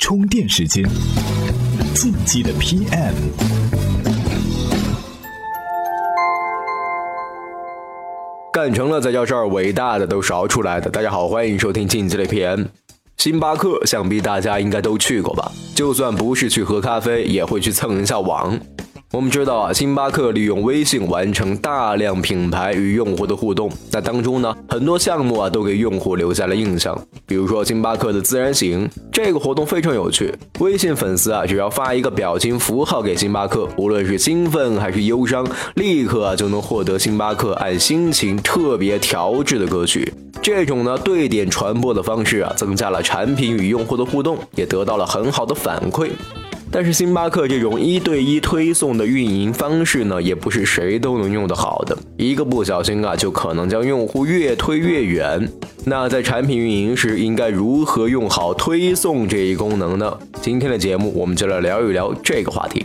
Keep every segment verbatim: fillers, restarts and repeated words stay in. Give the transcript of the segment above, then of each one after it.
充电时间，进击的 P M。 干成了才叫事儿，伟大的都是熬出来的。大家好，欢迎收听进击的 P M。 星巴克想必大家应该都去过吧，就算不是去喝咖啡，也会去蹭一下网。我们知道啊，星巴克利用微信完成大量品牌与用户的互动，那当中呢，很多项目啊都给用户留下了印象。比如说星巴克的自然醒，这个活动非常有趣。微信粉丝啊，只要发一个表情符号给星巴克，无论是兴奋还是忧伤，立刻啊就能获得星巴克按心情特别调制的歌曲。这种呢对点传播的方式啊，增加了产品与用户的互动，也得到了很好的反馈。但是星巴克这种一对一推送的运营方式呢，也不是谁都能用得好的，一个不小心啊，就可能将用户越推越远。那在产品运营时，应该如何用好推送这一功能呢？今天的节目我们就来聊一聊这个话题。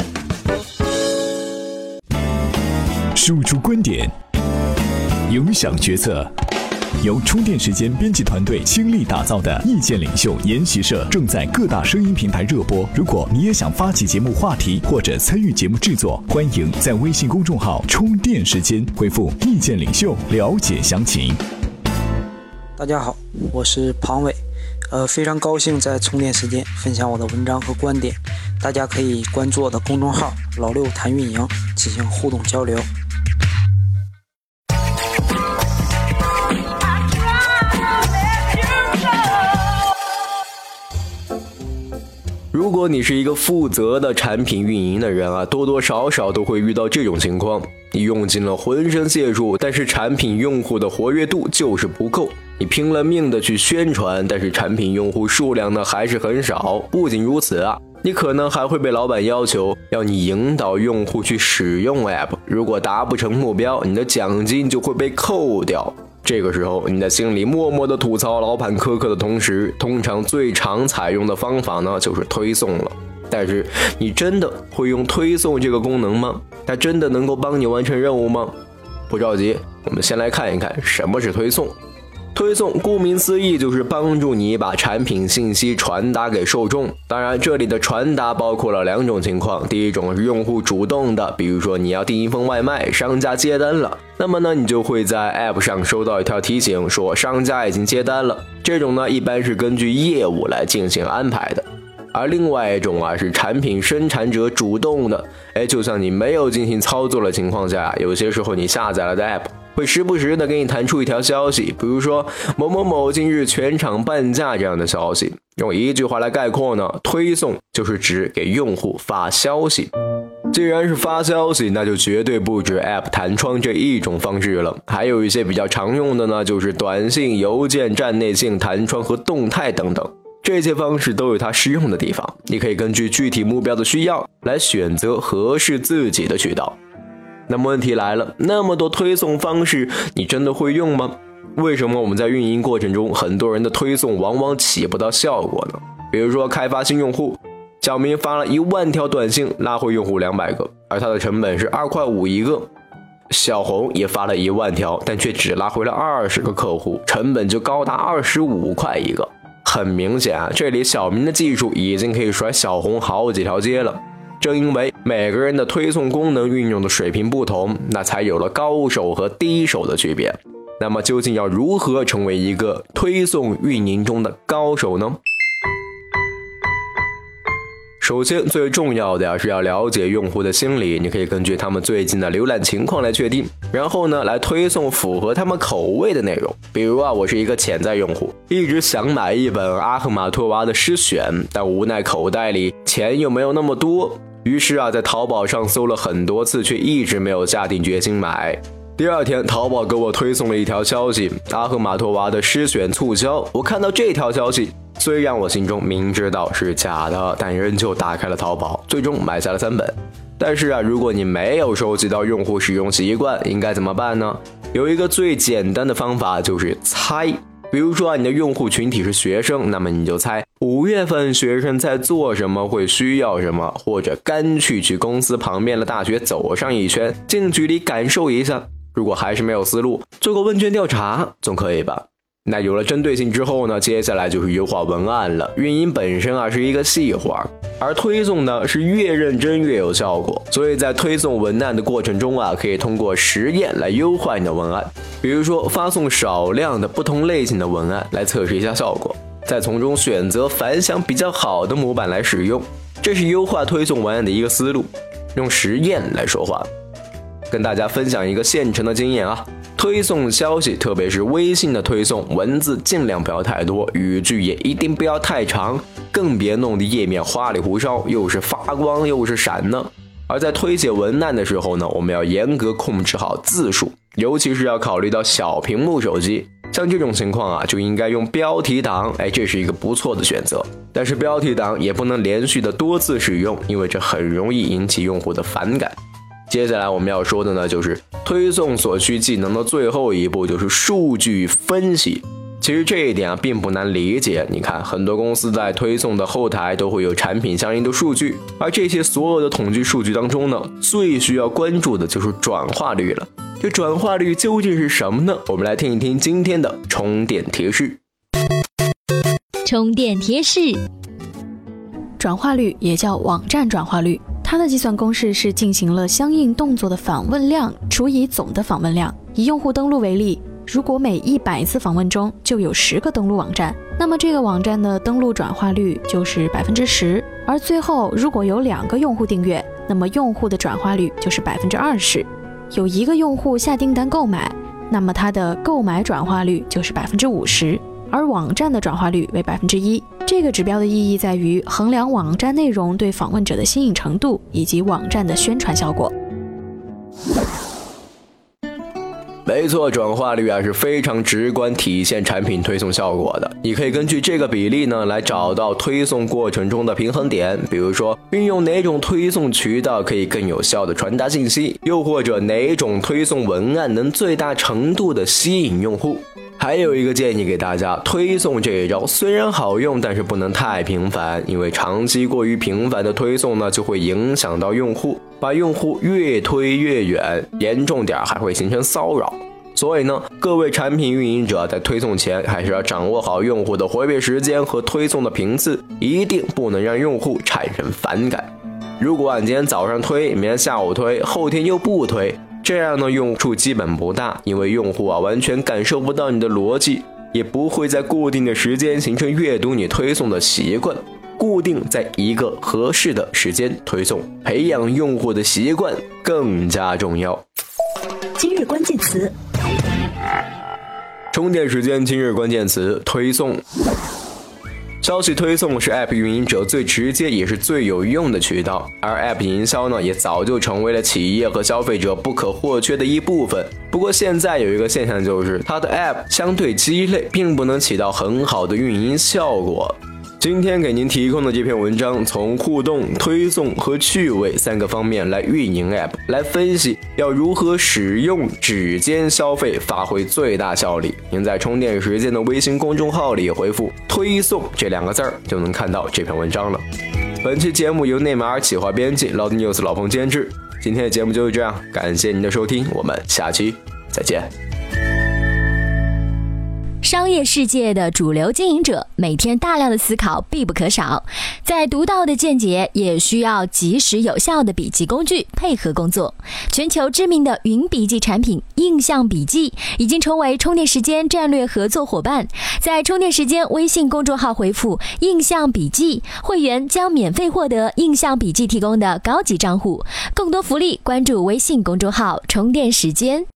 输出观点，影响决策。由充电时间编辑团队倾力打造的意见领袖研习社正在各大声音平台热播。如果你也想发起节目话题或者参与节目制作，欢迎在微信公众号充电时间回复意见领袖了解详情。 大家好，我是庞伟，呃，非常高兴在充电时间分享我的文章和观点，大家可以关注我的公众号老六谈运营进行互动交流。 如果你是一个负责的产品运营的人啊，多多少少都会遇到这种情况。你用尽了浑身解数，但是产品用户的活跃度就是不够。你拼了命的去宣传，但是产品用户数量呢还是很少。不仅如此啊，你可能还会被老板要求要你引导用户去使用 App， 如果达不成目标，你的奖金就会被扣掉。这个时候你在心里默默的吐槽老板苛刻的同时，通常最常采用的方法呢就是推送了。但是你真的会用推送这个功能吗？它真的能够帮你完成任务吗？不着急，我们先来看一看什么是推送。推送顾名思义就是帮助你把产品信息传达给受众。当然这里的传达包括了两种情况，第一种是用户主动的，比如说你要订一份外卖，商家接单了，那么呢你就会在 App 上收到一条提醒说商家已经接单了，这种呢一般是根据业务来进行安排的。而另外一种啊是产品生产者主动的，哎，就像你没有进行操作的情况下，有些时候你下载了的 App会时不时的给你弹出一条消息，比如说某某某今日全场半价这样的消息。用一句话来概括呢，推送就是指给用户发消息。既然是发消息，那就绝对不止 App 弹窗这一种方式了，还有一些比较常用的呢，就是短信、邮件、站内信、弹窗和动态等等。这些方式都有它适用的地方，你可以根据具体目标的需要来选择合适自己的渠道。那么问题来了，那么多推送方式你真的会用吗？为什么我们在运营过程中很多人的推送往往起不到效果呢？比如说开发新用户，小明发了一万条短信拉回用户两百个，而他的成本是二块五一个。小红也发了一万条，但却只拉回了二十个客户，成本就高达二十五块一个。很明显啊，这里小明的技术已经可以甩小红好几条街了。正因为每个人的推送功能运用的水平不同，那才有了高手和低手的区别。那么究竟要如何成为一个推送运营中的高手呢？首先最重要的是要了解用户的心理，你可以根据他们最近的浏览情况来确定，然后呢来推送符合他们口味的内容。比如啊，我是一个潜在用户，一直想买一本阿赫玛托娃的诗选，但无奈口袋里钱又没有那么多，于是啊在淘宝上搜了很多次，却一直没有下定决心买。第二天淘宝给我推送了一条消息，阿赫玛托娃的诗选促销。我看到这条消息，虽然我心中明知道是假的，但仍旧打开了淘宝，最终买下了三本。但是啊，如果你没有收集到用户使用习惯，应该怎么办呢？有一个最简单的方法，就是猜。比如说啊，你的用户群体是学生，那么你就猜五月份学生在做什么，会需要什么，或者干脆去公司旁边的大学走上一圈，近距离感受一下。如果还是没有思路，做个问卷调查总可以吧？ 那有了针对性之后呢，接下来就是优化文案了。运营本身啊是一个细活，而推送呢是越认真越有效果。所以在推送文案的过程中啊，可以通过实验来优化你的文案。比如说发送少量的不同类型的文案来测试一下效果，再从中选择反响比较好的模板来使用。这是优化推送文案的一个思路，用实验来说话。跟大家分享一个现成的经验啊。推送消息，特别是微信的推送，文字尽量不要太多，语句也一定不要太长，更别弄得页面花里胡哨，又是发光又是闪呢。而在推写文案的时候呢，我们要严格控制好字数，尤其是要考虑到小屏幕手机，像这种情况啊，就应该用标题党，哎，这是一个不错的选择。但是标题党也不能连续的多次使用，因为这很容易引起用户的反感。接下来我们要说的呢，就是推送所需技能的最后一步，就是数据分析。其实这一点啊并不难理解，你看很多公司在推送的后台都会有产品相应的数据，而这些所有的统计数据当中呢，最需要关注的就是转化率了。这转化率究竟是什么呢？我们来听一听今天的充电贴士。 充电贴士， 转化率也叫网站转化率，它的计算公式是进行了相应动作的访问量除以总的访问量。以用户登录为例，如果每一百次访问中就有十个登录网站，那么这个网站的登录转化率就是百分之十。而最后如果有两个用户订阅，那么用户的转化率就是百分之二十。有一个用户下订单购买，那么它的购买转化率就是百分之五十。而网站的转化率为百分之一。这个指标的意义在于衡量网站内容对访问者的新颖程度以及网站的宣传效果。 没错，转化率啊是非常直观体现产品推送效果的。你可以根据这个比例呢来找到推送过程中的平衡点，比如说运用哪种推送渠道可以更有效的传达信息，又或者哪种推送文案能最大程度的吸引用户。还有一个建议给大家，推送这一招虽然好用，但是不能太频繁，因为长期过于频繁的推送呢，就会影响到用户，把用户越推越远，严重点还会形成骚扰。所以呢，各位产品运营者在推送前还是要掌握好用户的活跃时间和推送的频次，一定不能让用户产生反感。如果按今天早上推，明天下午推，后天又不推，这样呢用处基本不大，因为用户啊完全感受不到你的逻辑，也不会在固定的时间形成阅读你推送的习惯。固定在一个合适的时间推送，培养用户的习惯更加重要。 今日关键词， 充电时间今日关键词：推送。消息推送是 App 运营者最直接也是最有用的渠道，而 App 营销呢，也早就成为了企业和消费者不可或缺的一部分。不过现在有一个现象，就是它的 App 相对鸡肋，并不能起到很好的运营效果。今天给您提供的这篇文章，从互动、推送和趣味三个方面来运营 App， 来分析要如何使用指尖消费发挥最大效力。您在充电时间的微信公众号里回复推送这两个字儿，就能看到这篇文章了。本期节目由内马尔企划编辑， Loud News 老彭监制。今天的节目就是这样，感谢您的收听，我们下期再见。 商业世界的主流经营者每天大量的思考必不可少，在独到的见解也需要及时有效的笔记工具配合工作。全球知名的云笔记产品印象笔记已经成为充电时间战略合作伙伴，在充电时间微信公众号回复印象笔记，会员将免费获得印象笔记提供的高级账户。更多福利关注微信公众号充电时间。